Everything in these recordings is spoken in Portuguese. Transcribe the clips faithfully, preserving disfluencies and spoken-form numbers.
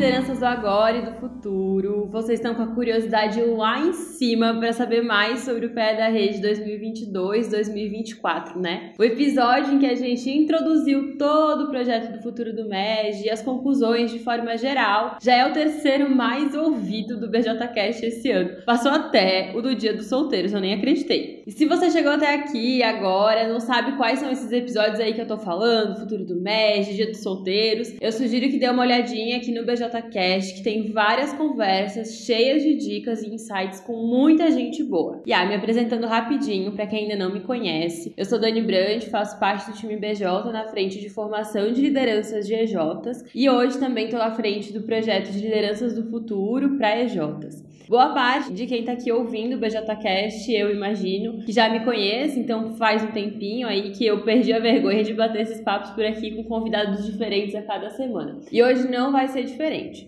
lideranças do agora e do futuro, vocês estão com a curiosidade lá em cima para saber mais sobre o P E da Rede dois mil e vinte e dois, dois mil e vinte e quatro, né? O episódio em que a gente introduziu todo o projeto do futuro do M E S e as conclusões de forma geral já é o terceiro mais ouvido do B J Cast esse ano. Passou até o do Dia dos Solteiros, eu nem acreditei. E se você chegou até aqui agora, não sabe quais são esses episódios aí que eu tô falando, futuro do M E S, Dia dos Solteiros, eu sugiro que dê uma olhadinha aqui no B J Cast, que tem várias conversas cheias de dicas e insights com muita gente boa. E ah, me apresentando rapidinho, pra quem ainda não me conhece, eu sou Dani Brandt, faço parte do time B J na frente de formação de lideranças de E Js e hoje também tô à frente do projeto de lideranças do futuro para E Js. Boa parte de quem tá aqui ouvindo o B J Cast, eu imagino, que já me conhece, então faz um tempinho aí que eu perdi a vergonha de bater esses papos por aqui com convidados diferentes a cada semana. E hoje não vai ser diferente.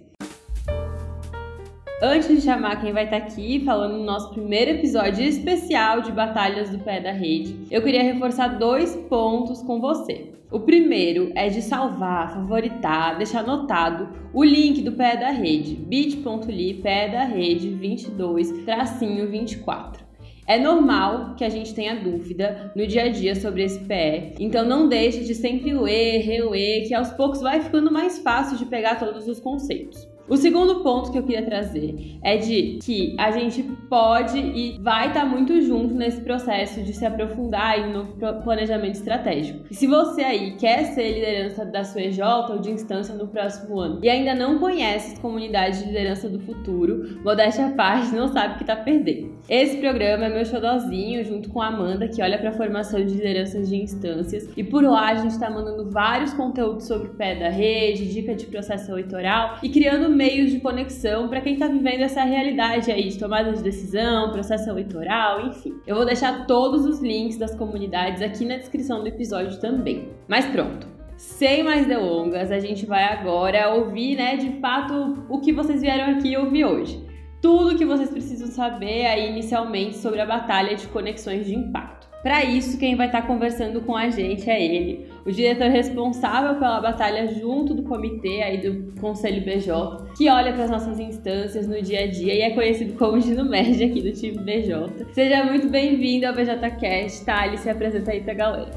Antes de chamar quem vai estar aqui falando no nosso primeiro episódio especial de Batalhas do P E da Rede, eu queria reforçar dois pontos com você. O primeiro é de salvar, favoritar, deixar anotado o link do P E da Rede, bit.ly P E da Rede vinte e dois tracinho vinte e quatro. É normal que a gente tenha dúvida no dia a dia sobre esse P E, então não deixe de sempre ler, reler, que aos poucos vai ficando mais fácil de pegar todos os conceitos. O segundo ponto que eu queria trazer é de que a gente pode e vai estar muito junto nesse processo de se aprofundar em um novo planejamento estratégico. E se você aí quer ser liderança da sua E J ou de instância no próximo ano e ainda não conhece as comunidades de liderança do futuro, modéstia à parte, não sabe o que está perdendo. Esse programa é meu xodozinho junto com a Amanda, que olha para a formação de lideranças de instâncias, e por lá a gente está mandando vários conteúdos sobre o P E da Rede, dica de processo eleitoral e criando meios de conexão para quem está vivendo essa realidade aí de tomada de decisão, processo eleitoral, enfim. Eu vou deixar todos os links das comunidades aqui na descrição do episódio também. Mas pronto, sem mais delongas, a gente vai agora ouvir, né, de fato, o que vocês vieram aqui ouvir hoje. Tudo o que vocês precisam saber aí inicialmente sobre a batalha de conexões de impacto. Para isso, quem vai estar conversando com a gente é ele, o diretor responsável pela batalha junto do comitê aí do Conselho B J, que olha para as nossas instâncias no dia a dia e é conhecido como Gino Merge aqui do time B J. Seja muito bem-vindo ao B J Cast, tá? Ele se apresenta aí pra galera.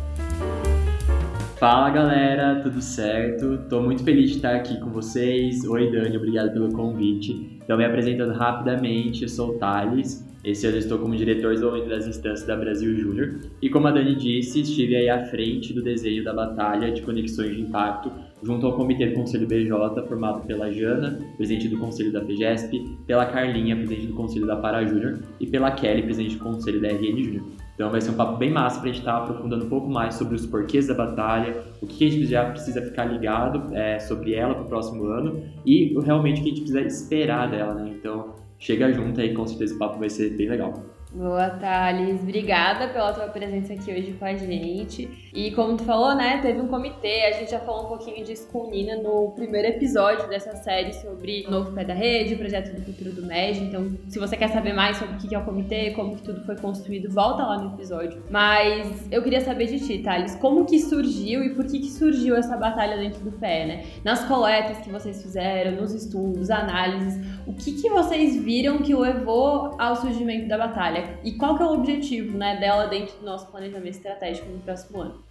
Fala galera, tudo certo? Tô muito feliz de estar aqui com vocês. Oi Dani, obrigado pelo convite. Então me apresentando rapidamente, eu sou o Thales. Esse ano eu estou como diretor de desenvolvimento das instâncias da Brasil Júnior e como a Dani disse, estive aí à frente do desenho da batalha de conexões de impacto junto ao comitê do Conselho B J, formado pela Jana, presidente do Conselho da FEGESP, pela Carlinha, presidente do Conselho da Para Júnior e pela Kelly, presidente do Conselho da R N Júnior. Então vai ser um papo bem massa pra gente estar aprofundando um pouco mais sobre os porquês da batalha, o que a gente já precisa ficar ligado é, sobre ela pro próximo ano e realmente o que a gente precisa esperar dela, né? Então chega junto aí, com certeza o papo vai ser bem legal. Boa, Thales. Obrigada pela tua presença aqui hoje com a gente. E como tu falou, né, teve um comitê, a gente já falou um pouquinho disso com o Nina no primeiro episódio dessa série sobre o novo P E da Rede, o projeto do futuro do M E S. Então, se você quer saber mais sobre o que é o comitê, como que tudo foi construído, volta lá no episódio. Mas eu queria saber de ti, Thales, como que surgiu e por que que surgiu essa batalha dentro do P E, né? Nas coletas que vocês fizeram, nos estudos, análises, o que que vocês viram que levou ao surgimento da batalha? E qual que é o objetivo, né, dela dentro do nosso planejamento estratégico no próximo ano?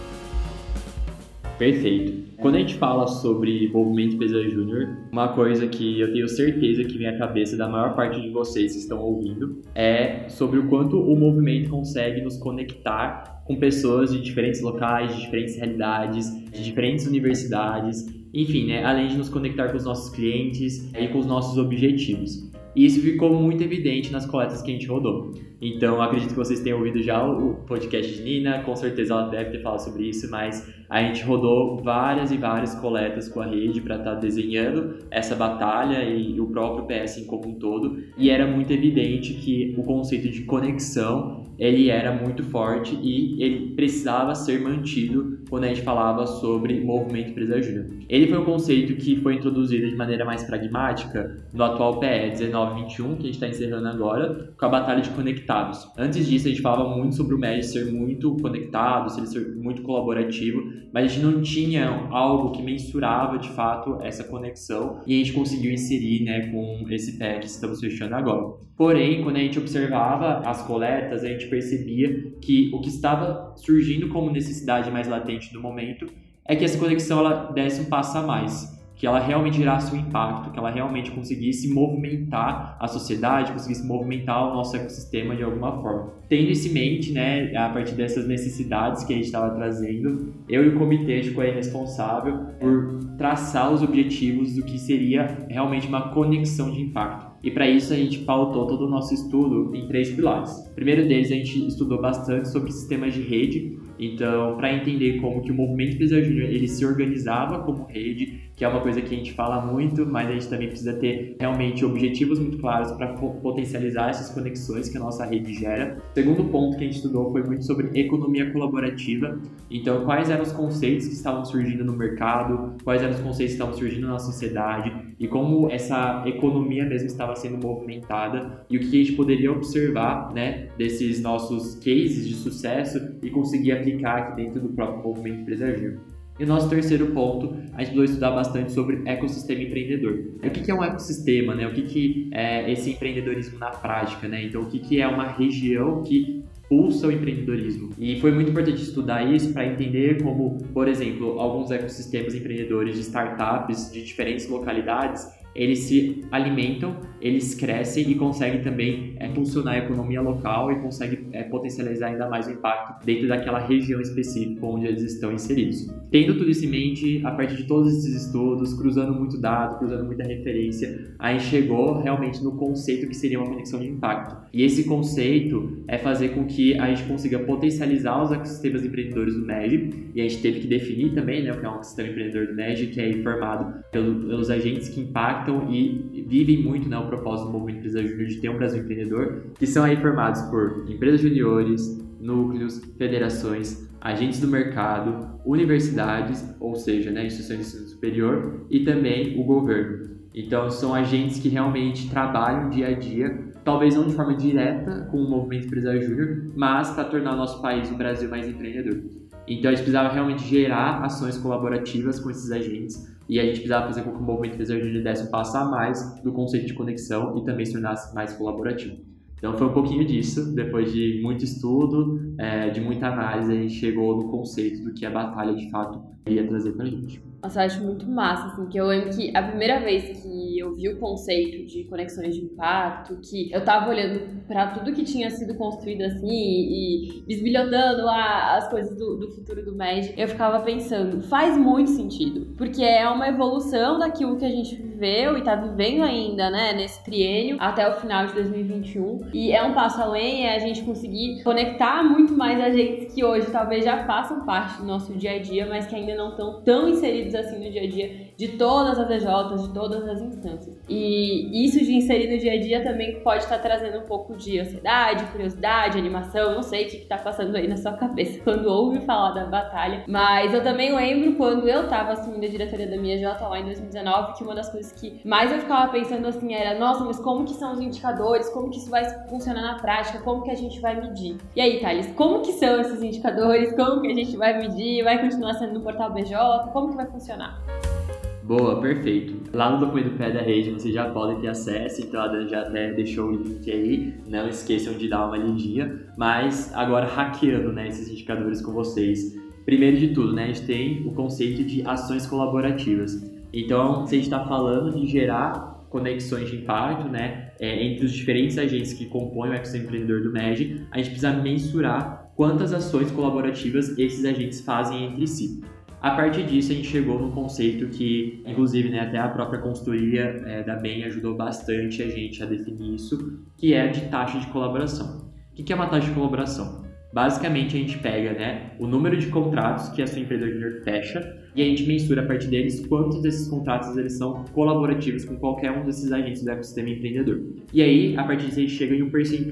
Perfeito. Quando a gente fala sobre movimento Empresa Júnior, uma coisa que eu tenho certeza que vem à cabeça da maior parte de vocês que estão ouvindo é sobre o quanto o movimento consegue nos conectar com pessoas de diferentes locais, de diferentes realidades, de diferentes universidades, enfim, né, além de nos conectar com os nossos clientes e com os nossos objetivos. E isso ficou muito evidente nas coletas que a gente rodou. Então, acredito que vocês tenham ouvido já o podcast de Nina, com certeza ela deve ter falado sobre isso, mas a gente rodou várias e várias coletas com a rede para estar tá desenhando essa batalha e o próprio P S em como um todo. E era muito evidente que o conceito de conexão, ele era muito forte e ele precisava ser mantido quando a gente falava sobre movimento Empresa Júnior. Ele foi um conceito que foi introduzido de maneira mais pragmática no atual P E dezenove vinte e um, que a gente está encerrando agora, com a batalha de conectar conectados. Antes disso, a gente falava muito sobre o MEG ser muito conectado, ser muito colaborativo, mas a gente não tinha algo que mensurava, de fato, essa conexão e a gente conseguiu inserir, né, com esse P E C que estamos fechando agora. Porém, quando a gente observava as coletas, a gente percebia que o que estava surgindo como necessidade mais latente do momento é que essa conexão ela desse um passo a mais, que ela realmente gerasse um impacto, que ela realmente conseguisse movimentar a sociedade, conseguisse movimentar o nosso ecossistema de alguma forma. Tendo isso em mente, né, a partir dessas necessidades que a gente estava trazendo, eu e o comitê ficou aí responsável por traçar os objetivos do que seria realmente uma conexão de impacto. E para isso a gente pautou todo o nosso estudo em três pilares. O primeiro deles a gente estudou bastante sobre sistemas de rede. Então, para entender como que o Movimento Empresarial Júnior ele se organizava como rede, que é uma coisa que a gente fala muito, mas a gente também precisa ter realmente objetivos muito claros para potencializar essas conexões que a nossa rede gera. O segundo ponto que a gente estudou foi muito sobre economia colaborativa. Então, quais eram os conceitos que estavam surgindo no mercado, quais eram os conceitos que estavam surgindo na sociedade e como essa economia mesmo estava sendo movimentada e o que a gente poderia observar, né, desses nossos cases de sucesso e conseguir aplicar aqui dentro do próprio movimento empresarial. E o nosso terceiro ponto, a gente precisou estudar bastante sobre ecossistema empreendedor. O que é um ecossistema, né? O que é esse empreendedorismo na prática, né? Então, o que é uma região que pulsa o empreendedorismo. E foi muito importante estudar isso para entender como, por exemplo, alguns ecossistemas empreendedores de startups de diferentes localidades, eles se alimentam, eles crescem e conseguem também é, funcionar a economia local e conseguem é, potencializar ainda mais o impacto dentro daquela região específica onde eles estão inseridos. Tendo tudo isso em mente, a partir de todos esses estudos, cruzando muito dado, cruzando muita referência, a gente chegou realmente no conceito que seria uma conexão de impacto. E esse conceito é fazer com que a gente consiga potencializar os ecossistemas empreendedores do M E G, e a gente teve que definir também, né, o que é um ecossistema empreendedor do M E G, que é formado pelo, pelos agentes que impactam e vivem muito, né, o propósito do Movimento Empresarial Júnior de ter um Brasil empreendedor, que são aí formados por empresas juniores, núcleos, federações, agentes do mercado, universidades, ou seja, né, instituições de ensino superior e também o governo. Então, são agentes que realmente trabalham dia a dia, talvez não de forma direta com o Movimento Empresarial Júnior, mas para tornar o nosso país, o Brasil, mais empreendedor. Então, a gente precisava realmente gerar ações colaborativas com esses agentes e a gente precisava fazer com que o Movimento Empresarial Júnior desse um passo a mais do conceito de conexão e também se tornasse mais colaborativo. Então, foi um pouquinho disso. Depois de muito estudo, é, de muita análise, a gente chegou no conceito do que a batalha, de fato, ia trazer pra gente. Nossa, eu acho muito massa, assim, que eu lembro que a primeira vez que eu vi o conceito de conexões de impacto, que eu tava olhando pra tudo que tinha sido construído, assim, e, e bisbilhotando lá as coisas do, do futuro do M E G, eu ficava pensando, faz muito sentido, porque é uma evolução daquilo que a gente viveu e tá vivendo ainda, né, nesse triênio, até o final de dois mil e vinte e um, e é um passo além, é a gente conseguir conectar muito mais agentes que hoje talvez já façam parte do nosso dia a dia, mas que ainda não estão tão inseridos assim no dia a dia de todas as E Js, de todas as instâncias. E isso de inserir no dia a dia também pode estar trazendo um pouco de ansiedade, curiosidade, animação, não sei o que está passando aí na sua cabeça quando ouve falar da batalha, mas eu também lembro quando eu estava assumindo a diretoria da minha J lá em dois mil e dezenove, que uma das coisas que mais eu ficava pensando assim era, nossa, mas como que são os indicadores, como que isso vai funcionar na prática, como que a gente vai medir? E aí, Thales, como que são esses indicadores, como que a gente vai medir, vai continuar sendo no portal B J, como que vai funcionar? Boa, perfeito. Lá no documento P E da rede vocês já podem ter acesso, então a Dan já até deixou o link aí, não esqueçam de dar uma lidinha, mas agora hackeando, né, esses indicadores com vocês. Primeiro de tudo, né, a gente tem o conceito de ações colaborativas. Então, se a gente está falando de gerar conexões de impacto, né, é, entre os diferentes agentes que compõem o ecossistema empreendedor do M E G, a gente precisa mensurar quantas ações colaborativas esses agentes fazem entre si. A partir disso, a gente chegou num conceito que, inclusive, né, até a própria consultoria é, da B E M ajudou bastante a gente a definir isso, que é de taxa de colaboração. O que é uma taxa de colaboração? Basicamente, a gente pega, né, o número de contratos que a sua empresa júnior fecha e a gente mensura a partir deles quantos desses contratos eles são colaborativos com qualquer um desses agentes do ecossistema empreendedor. E aí, a partir disso, a gente chega em um percentual.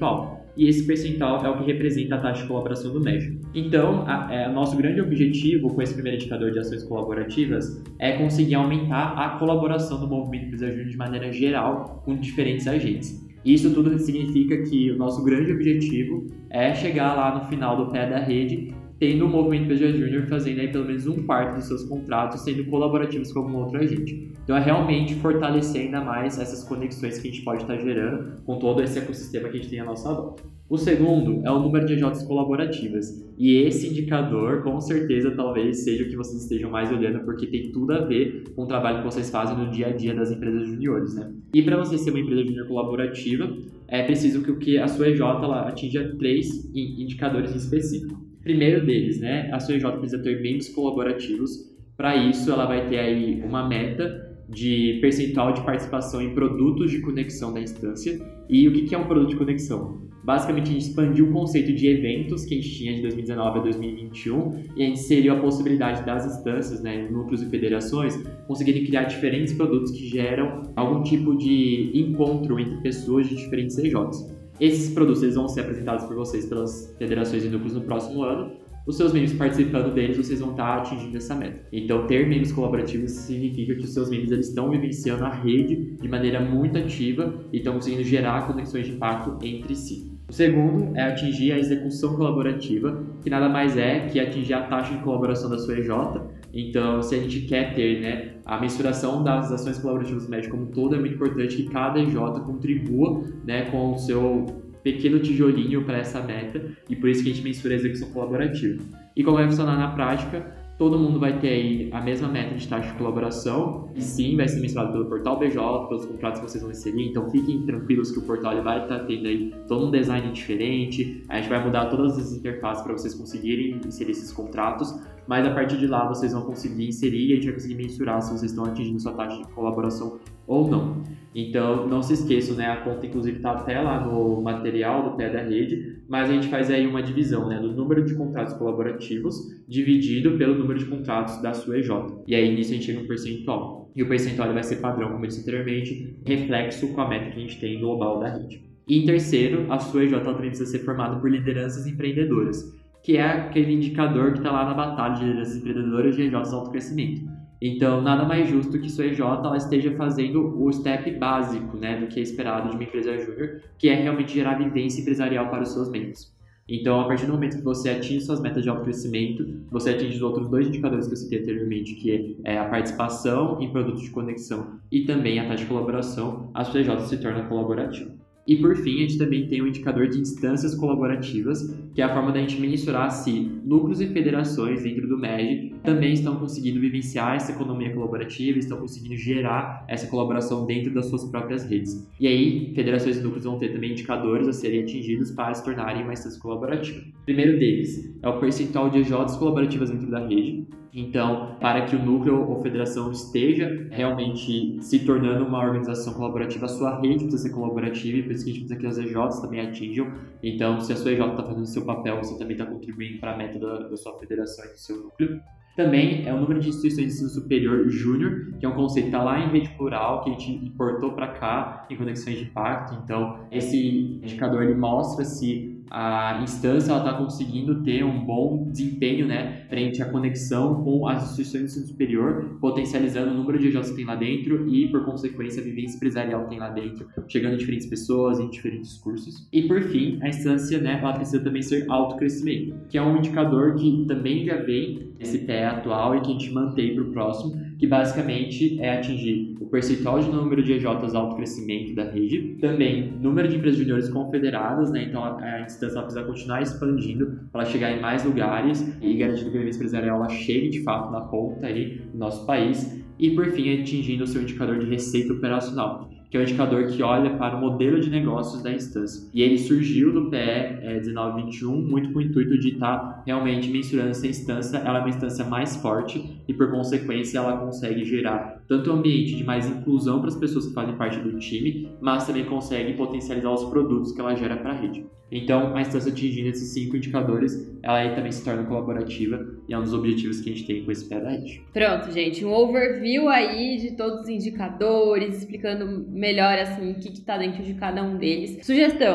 e esse percentual é o que representa a taxa de colaboração do médio. Então, a, é, nosso grande objetivo com esse primeiro indicador de ações colaborativas é conseguir aumentar a colaboração do movimento Empresa Júnior de maneira geral com diferentes agentes. Isso tudo significa que o nosso grande objetivo é chegar lá no final do pé da rede, tendo o movimento Empresa Júnior fazendo aí pelo menos um quarto dos seus contratos sendo colaborativos com algum outro agente. Então é realmente fortalecer ainda mais essas conexões que a gente pode estar gerando com todo esse ecossistema que a gente tem à nossa volta. O segundo é o número de E Js colaborativas. E esse indicador, com certeza, talvez seja o que vocês estejam mais olhando, porque tem tudo a ver com o trabalho que vocês fazem no dia a dia das empresas juniores, né? E para você ser uma empresa junior colaborativa, é preciso que, que a sua E J ela atinja três indicadores em específico. Primeiro deles, né, a sua E J precisa ter membros colaborativos. Para isso, ela vai ter aí uma meta de percentual de participação em produtos de conexão da instância. E o que é um produto de conexão? Basicamente, a gente expandiu o conceito de eventos que a gente tinha de dois mil e dezenove a dois mil e vinte e um e a gente inseriu a possibilidade das instâncias, né, núcleos e federações, conseguirem criar diferentes produtos que geram algum tipo de encontro entre pessoas de diferentes E Js. Esses produtos eles vão ser apresentados por vocês pelas federações e núcleos no próximo ano. Os seus membros participando deles, vocês vão estar atingindo essa meta. Então, ter membros colaborativos significa que os seus membros eles estão vivenciando a rede de maneira muito ativa e estão conseguindo gerar conexões de impacto entre si. O segundo é atingir a execução colaborativa, que nada mais é que atingir a taxa de colaboração da sua E J. Então, se a gente quer ter, né, a mensuração das ações colaborativas do médio como um todo, é muito importante que cada E J contribua, né, com o seu pequeno tijolinho para essa meta, e por isso que a gente mensura a execução colaborativa. E como vai funcionar na prática? Todo mundo vai ter aí a mesma meta de taxa de colaboração, e sim, vai ser mensurado pelo portal B J, pelos contratos que vocês vão inserir, então fiquem tranquilos que o portal ele vai estar tendo aí todo um design diferente, a gente vai mudar todas as interfaces para vocês conseguirem inserir esses contratos, mas a partir de lá vocês vão conseguir inserir e a gente vai conseguir mensurar se vocês estão atingindo sua taxa de colaboração ou não. Então, não se esqueçam, né, a conta inclusive está até lá no material do pé da rede, mas a gente faz aí uma divisão, né, do número de contratos colaborativos dividido pelo número de contratos da sua E J. E aí nisso a gente chega no percentual. E o percentual vai ser padrão, como eu disse anteriormente, reflexo com a meta que a gente tem global da rede. E em terceiro, a sua E J também precisa ser formada por lideranças empreendedoras, que é aquele indicador que está lá na batalha de lideranças empreendedoras de E Js de alto crescimento. Então, nada mais justo que sua E J ela esteja fazendo o step básico, né, do que é esperado de uma empresa júnior, que é realmente gerar vivência empresarial para os seus membros. Então, a partir do momento que você atinge suas metas de alto crescimento, você atinge os outros dois indicadores que eu citei anteriormente, que é a participação em produtos de conexão e também a taxa de colaboração, a sua E J se torna colaborativa. E por fim, a gente também tem o indicador de instâncias colaborativas, que é a forma da gente mensurar se núcleos e federações dentro do M E D também estão conseguindo vivenciar essa economia colaborativa, estão conseguindo gerar essa colaboração dentro das suas próprias redes. E aí, federações e núcleos vão ter também indicadores a serem atingidos para se tornarem uma instância colaborativa. O primeiro deles é o percentual de E Js colaborativas dentro da rede. Então, para que o núcleo ou federação esteja realmente se tornando uma organização colaborativa, a sua rede precisa ser colaborativa e por isso que a gente precisa que as E Js também atinjam. Então, se a sua E J está fazendo o seu papel, você também está contribuindo para a meta da, da sua federação e do seu núcleo. Também é o número de instituições de ensino superior júnior, que é um conceito que está lá em rede plural, que a gente importou para cá em conexões de impacto. Então, esse indicador ele mostra se a instância está conseguindo ter um bom desempenho, né, frente à conexão com as instituições de ensino superior, potencializando o número de E Js que tem lá dentro e, por consequência, a vivência empresarial que tem lá dentro, chegando a diferentes pessoas em diferentes cursos. E, por fim, a instância, né, ela precisa também ser autocrescimento, que é um indicador que também já vem nesse pé atual e que a gente mantém para o próximo, que basicamente é atingir o percentual de número de E Js alto crescimento da rede, também número de empresas juniores confederadas, né? Então a, a instância ela precisa continuar expandindo para chegar em mais lugares e garantir que a vivência empresarial ela chegue de fato na ponta aí do nosso país e por fim atingindo o seu indicador de receita operacional, que é um indicador que olha para o modelo de negócios da instância. E ele surgiu no P E dezenove vinte e um muito com o intuito de estar realmente mensurando se a instância ela é uma instância mais forte e, por consequência, ela consegue gerar tanto um ambiente de mais inclusão para as pessoas que fazem parte do time, mas também consegue potencializar os produtos que ela gera para a rede. Então, a instância atingindo esses cinco indicadores, ela aí também se torna colaborativa e é um dos objetivos que a gente tem com esse pé da rede. Pronto, gente, um overview aí de todos os indicadores, explicando melhor assim o que está dentro de cada um deles. Sugestão: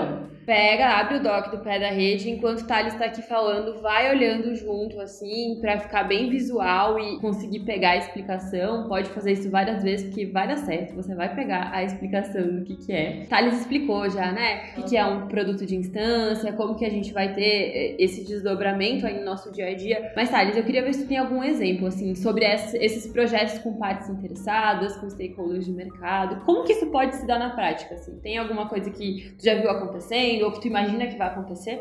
pega, abre o doc do Pé da Rede, enquanto o Thales tá aqui falando, vai olhando junto, assim, pra ficar bem visual e conseguir pegar a explicação. Pode fazer isso várias vezes, porque vai dar certo, você vai pegar a explicação do que que é. Thales explicou já, né, o que que é um produto de instância, como que a gente vai ter esse desdobramento aí no nosso dia a dia. Mas, Thales, eu queria ver se tu tem algum exemplo, assim, sobre esses projetos com partes interessadas, com stakeholders de mercado. Como que isso pode se dar na prática, assim? Tem alguma coisa que tu já viu acontecendo ou que tu imagina que vai acontecer?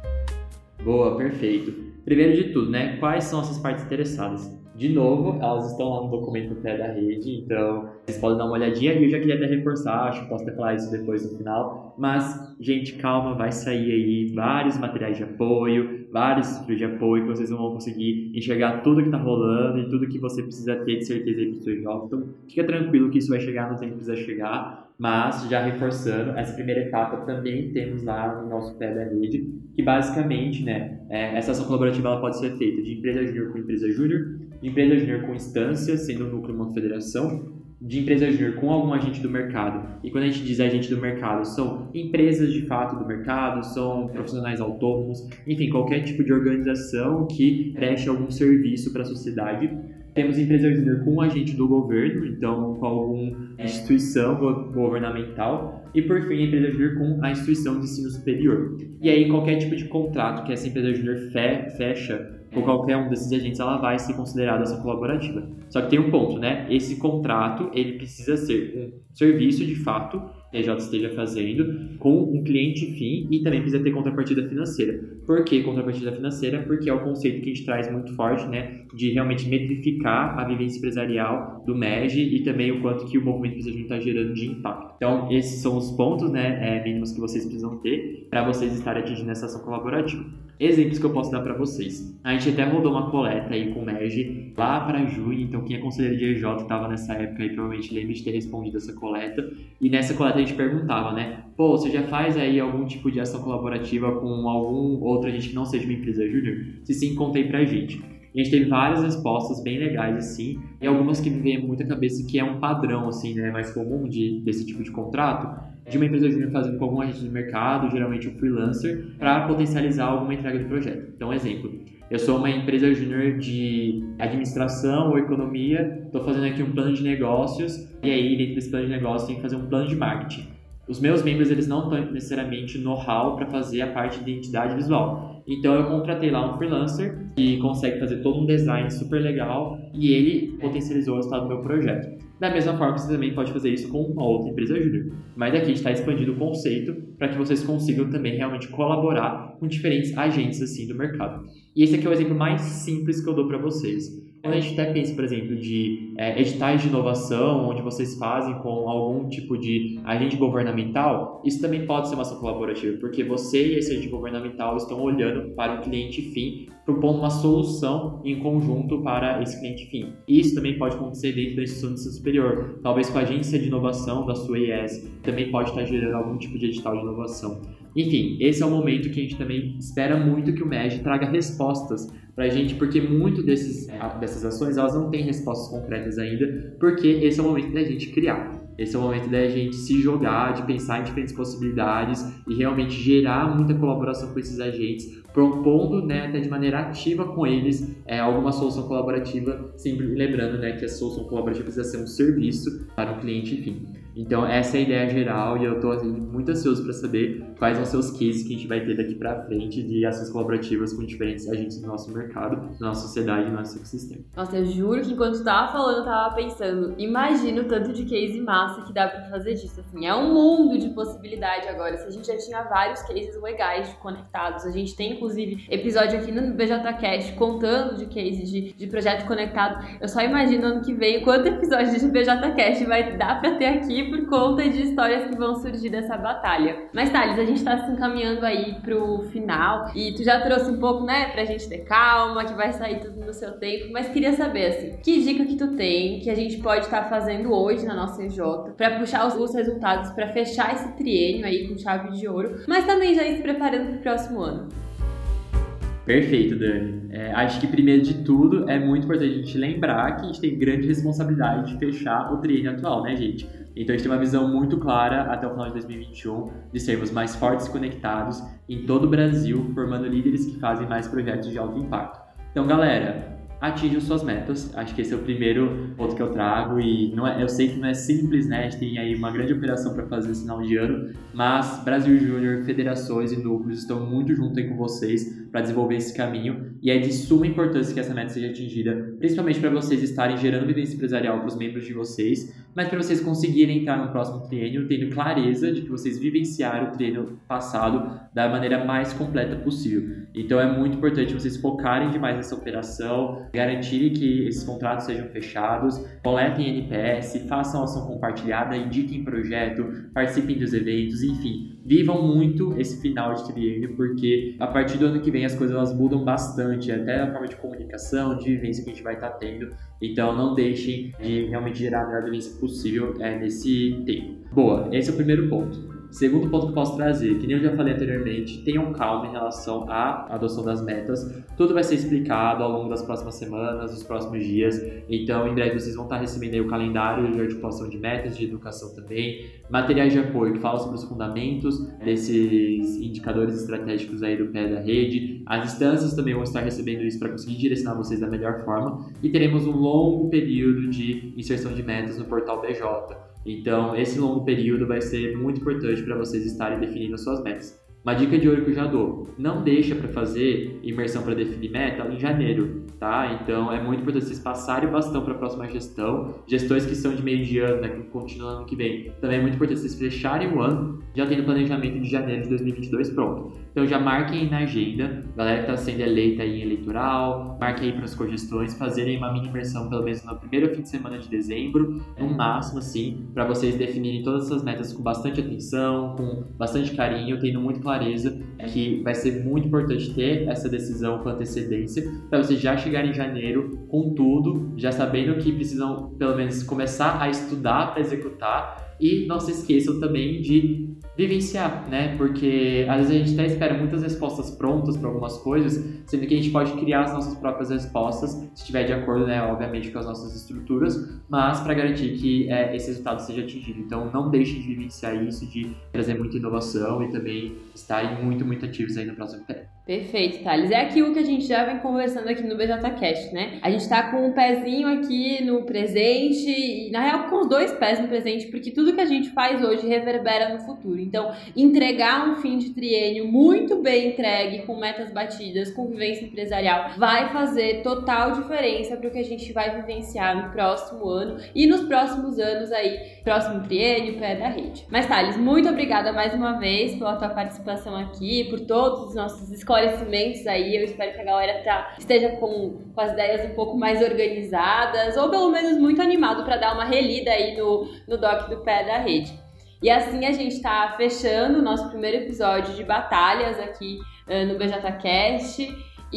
Boa, perfeito. Primeiro de tudo, né? Quais são essas partes interessadas? De novo, elas estão lá no documento Pé da Rede, então vocês podem dar uma olhadinha e eu já queria até reforçar, acho que posso até falar isso depois no final, mas, gente, calma, vai sair aí vários materiais de apoio, vários estudos de apoio que vocês vão conseguir enxergar tudo que está rolando e tudo que você precisa ter de certeza aí para o seu jogo. Então, fica tranquilo que isso vai chegar no tempo que precisa chegar, mas já reforçando, essa primeira etapa também temos lá no nosso Pé da Rede, que basicamente, né, é, essa ação colaborativa ela pode ser feita de empresa júnior com empresa júnior, de empresa júnior com instância, sendo o núcleo uma federação, de empresa júnior com algum agente do mercado. E quando a gente diz agente do mercado, são empresas de fato do mercado, são profissionais autônomos, enfim, qualquer tipo de organização que preste algum serviço para a sociedade. Temos empresa júnior com um agente do governo, então com alguma instituição governamental. E, por fim, a empresa júnior com a instituição de ensino superior. E aí, qualquer tipo de contrato que essa empresa júnior fe- fecha com qualquer um desses agentes, ela vai ser considerada ação colaborativa. Só que tem um ponto, né? Esse contrato, ele precisa ser um serviço de fato que a E J esteja fazendo com um cliente fim e também precisa ter contrapartida financeira. Por que contrapartida financeira? Porque é o conceito que a gente traz muito forte, né? De realmente metrificar a vivência empresarial do M E G e também o quanto que o movimento empresarial está gerando de impacto. Então, esses são os pontos, né, é, mínimos que vocês precisam ter para vocês estarem atingindo essa ação colaborativa. Exemplos que eu posso dar para vocês. A gente até rodou uma coleta aí com o M E G lá para junho, então quem é conselheiro de E J estava nessa época aí provavelmente lembra de ter respondido essa coleta. E nessa coleta a gente perguntava, né, pô, você já faz aí algum tipo de ação colaborativa com algum outro agente que não seja uma empresa júnior? Se sim, contei pra gente. E a gente teve várias respostas bem legais, assim, e algumas que me vêm muito à cabeça que é um padrão, assim, né, mais comum de, desse tipo de contrato, de uma empresa júnior fazendo com algum agente de mercado, geralmente um freelancer, para potencializar alguma entrega do projeto. Então, exemplo, eu sou uma empresa júnior de administração ou economia, estou fazendo aqui um plano de negócios, e aí dentro desse plano de negócios tem que fazer um plano de marketing. Os meus membros, eles não têm necessariamente know-how para fazer a parte de identidade visual. Então, eu contratei lá um freelancer que consegue fazer todo um design super legal e ele potencializou o resultado do meu projeto. Da mesma forma, você também pode fazer isso com uma outra empresa júnior. Mas aqui a gente está expandindo o conceito para que vocês consigam também realmente colaborar com diferentes agentes assim do mercado. E esse aqui é o exemplo mais simples que eu dou para vocês. Quando a gente até pensa, por exemplo, de é, editais de inovação, onde vocês fazem com algum tipo de agente governamental, isso também pode ser uma ação colaborativa, porque você e esse agente governamental estão olhando para o cliente fim, propondo uma solução em conjunto para esse cliente fim. Isso também pode acontecer dentro da instituição de ensino superior, talvez com a agência de inovação da sua I E S, também pode estar gerando algum tipo de edital de inovação. Enfim, esse é o momento que a gente também espera muito que o M E G traga respostas pra gente, porque muito desses, dessas ações elas não têm respostas concretas ainda, porque esse é o momento da gente criar. Esse é o momento da gente se jogar, de pensar em diferentes possibilidades e realmente gerar muita colaboração com esses agentes, propondo, né, até de maneira ativa com eles é, alguma solução colaborativa, sempre lembrando, né, que a solução colaborativa precisa ser um serviço para o cliente, enfim. Então, essa é a ideia geral e eu estou assim, muito ansioso para saber quais vão ser os cases que a gente vai ter daqui para frente de ações colaborativas com diferentes agentes do nosso mercado, da nossa sociedade e do nosso ecossistema. Nossa, eu juro que enquanto tu tava falando, eu tava pensando, imagina o tanto de case massa que dá para fazer disso, assim, é um mundo de possibilidade agora. Se a gente já tinha vários cases legais de conectados, a gente tem inclusive episódio aqui no B J Cast contando de cases de, de projeto conectado, eu só imagino ano que vem quanto episódio de B J Cast vai dar para ter aqui por conta de histórias que vão surgir dessa batalha. Mas, Thales, a gente tá se encaminhando aí pro final e tu já trouxe um pouco, né, pra gente ter calma, que vai sair tudo no seu tempo, mas queria saber, assim, que dica que tu tem, que a gente pode estar tá fazendo hoje na nossa E J pra puxar os, os resultados, pra fechar esse triênio aí com chave de ouro, mas também já ir se preparando pro próximo ano. Perfeito, Dani. É, acho que, primeiro de tudo, é muito importante a gente lembrar que a gente tem grande responsabilidade de fechar o triênio atual, né, gente? Então a gente tem uma visão muito clara até o final de dois mil e vinte e um de sermos mais fortes e conectados em todo o Brasil, formando líderes que fazem mais projetos de alto impacto. Então, galera, atinjam suas metas. Acho que esse é o primeiro ponto que eu trago e não é, eu sei que não é simples, né? A gente tem aí uma grande operação para fazer esse final de ano, mas Brasil Júnior, federações e núcleos estão muito junto aí com vocês para desenvolver esse caminho e é de suma importância que essa meta seja atingida, principalmente para vocês estarem gerando vivência empresarial para os membros de vocês, mas para vocês conseguirem entrar no próximo triênio tendo clareza de que vocês vivenciaram o triênio passado da maneira mais completa possível. Então é muito importante vocês focarem demais nessa operação, garantirem que esses contratos sejam fechados, coletem N P S, façam ação compartilhada, indiquem projeto, participem dos eventos, enfim, vivam muito esse final de triênio, porque a partir do ano que vem as coisas elas mudam bastante, até a forma de comunicação, de vivência que a gente vai estar tendo, então não deixem de realmente gerar a melhor vivência possível é, nesse tempo. Boa, esse é o primeiro ponto. Segundo ponto que eu posso trazer, que nem eu já falei anteriormente, tenham calma em relação à adoção das metas. Tudo vai ser explicado ao longo das próximas semanas, dos próximos dias. Então, em breve vocês vão estar recebendo aí o calendário de articulação de metas, de educação também, materiais de apoio que falam sobre os fundamentos desses indicadores estratégicos aí do pé da rede. As instâncias também vão estar recebendo isso para conseguir direcionar vocês da melhor forma. E teremos um longo período de inserção de metas no portal B J. Então, esse longo período vai ser muito importante para vocês estarem definindo as suas metas. Uma dica de ouro que eu já dou, não deixa para fazer imersão para definir meta em janeiro, tá? Então, é muito importante vocês passarem o bastão para a próxima gestão. Gestões que são de meio de ano, né, que continuam no ano que vem. Também é muito importante vocês fecharem o ano já tendo planejamento de janeiro de dois mil e vinte e dois pronto. Então, já marquem aí na agenda, galera que está sendo eleita aí em eleitoral, marquem aí para as cogestões, fazerem uma mini imersão pelo menos no primeiro fim de semana de dezembro, no máximo, assim, para vocês definirem todas essas metas com bastante atenção, com bastante carinho, tendo muito clareza, que vai ser muito importante ter essa decisão com antecedência, para vocês já chegarem em janeiro com tudo, já sabendo que precisam, pelo menos, começar a estudar para executar. E não se esqueçam também de vivenciar, né? Porque às vezes a gente até espera muitas respostas prontas para algumas coisas, sendo que a gente pode criar as nossas próprias respostas, se estiver de acordo, né, obviamente, com as nossas estruturas, mas para garantir que é, esse resultado seja atingido. Então não deixem de vivenciar isso, de trazer muita inovação e também estarem muito, muito ativos aí no próximo pé. Perfeito, Thales. É aquilo que a gente já vem conversando aqui no B J Cast, né? A gente tá com um pezinho aqui no presente e, na real, com os dois pés no presente, porque tudo que a gente faz hoje reverbera no futuro. Então, entregar um fim de triênio muito bem entregue, com metas batidas, com vivência empresarial, vai fazer total diferença para o que a gente vai vivenciar no próximo ano e nos próximos anos aí, próximo triênio, pé da rede. Mas, Thales, muito obrigada mais uma vez pela tua participação aqui, por todos os nossos esclarecimentos aí. Eu espero que a galera tá, esteja com, com as ideias um pouco mais organizadas, ou pelo menos muito animado para dar uma relida aí no, no doc do pé da rede. E assim a gente está fechando o nosso primeiro episódio de batalhas aqui uh, no B J Cast.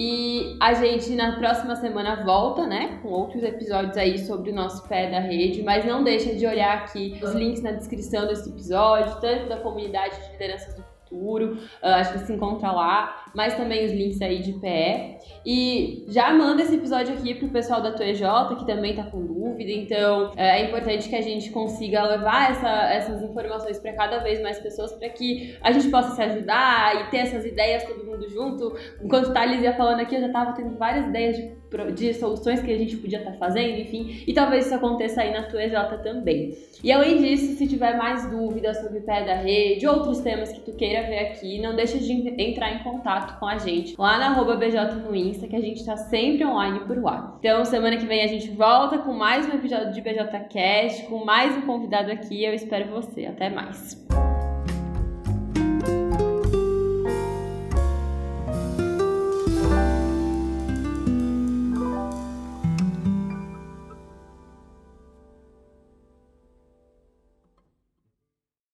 E a gente na próxima semana volta, né, com outros episódios aí sobre o nosso pé da rede, mas não deixa de olhar aqui os links na descrição desse episódio, tanto da comunidade de lideranças do futuro, uh, acho que se encontra lá, mas também os links aí de P E. E já manda esse episódio aqui pro pessoal da tua E J, que também tá com dúvida, então é importante que a gente consiga levar essa, essas informações para cada vez mais pessoas, para que a gente possa se ajudar e ter essas ideias todo mundo junto. Enquanto o Thales ia falando aqui, eu já tava tendo várias ideias de de soluções que a gente podia estar fazendo, enfim, e talvez isso aconteça aí na tua E J também. E além disso, se tiver mais dúvidas sobre o pé da rede, outros temas que tu queira ver aqui, não deixa de entrar em contato com a gente lá na arroba B J no Insta, que a gente tá sempre online por lá. Então, semana que vem a gente volta com mais um episódio de B J Cast, com mais um convidado aqui. Eu espero você. Até mais!